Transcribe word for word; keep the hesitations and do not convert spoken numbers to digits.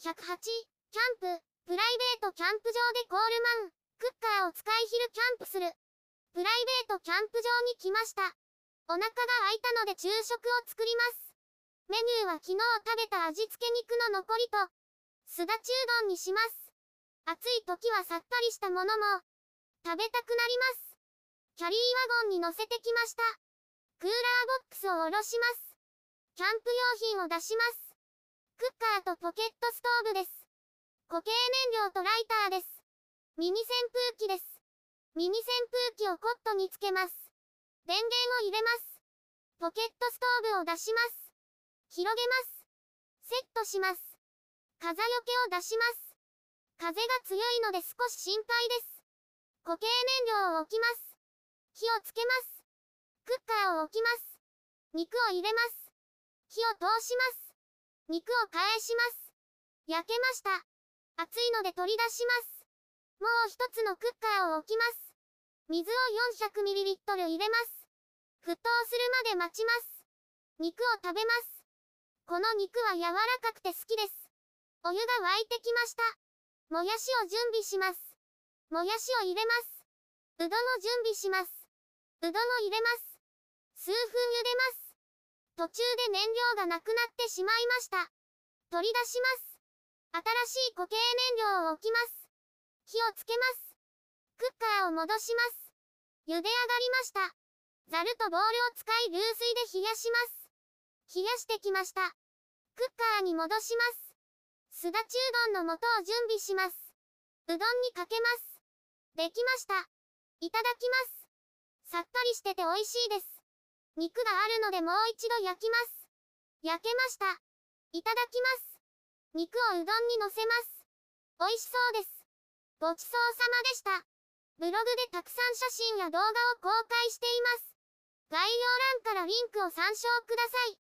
ひゃくはち、キャンプ、プライベートキャンプ場でコールマン、クッカーを使い昼キャンプする。プライベートキャンプ場に来ました。お腹が空いたので昼食を作ります。メニューは昨日食べた味付け肉の残りと、すだちうどんにします。暑い時はさっぱりしたものも、食べたくなります。キャリーワゴンに乗せてきました。クーラーボックスを下ろします。キャンプ用品を出します。クッカーとポケットストーブです。固形燃料とライターです。ミニ扇風機です。ミニ扇風機をコットにつけます。電源を入れます。ポケットストーブを出します。広げます。セットします。風よけを出します。風が強いので少し心配です。固形燃料を置きます。火をつけます。クッカーを置きます。肉を入れます。火を通します。肉を返します。焼けました。熱いので取り出します。もう一つのクッカーを置きます。水を よんひゃくミリリットル 入れます。沸騰するまで待ちます。肉を食べます。この肉は柔らかくて好きです。お湯が沸いてきました。もやしを準備します。もやしを入れます。うどんを準備します。うどんを入れます。数分茹でます。途中で燃料がなくなってしまいました。取り出します。新しい固形燃料を置きます。火をつけます。クッカーを戻します。茹で上がりました。ざるとボウルを使い流水で冷やします。冷やしてきました。クッカーに戻します。すだちうどんの素を準備します。うどんにかけます。できました。いただきます。さっぱりしてて美味しいです。肉があるのでもう一度焼きます。焼けました。いただきます。肉をうどんに乗せます。美味しそうです。ごちそうさまでした。ブログでたくさん写真や動画を公開しています。概要欄からリンクを参照ください。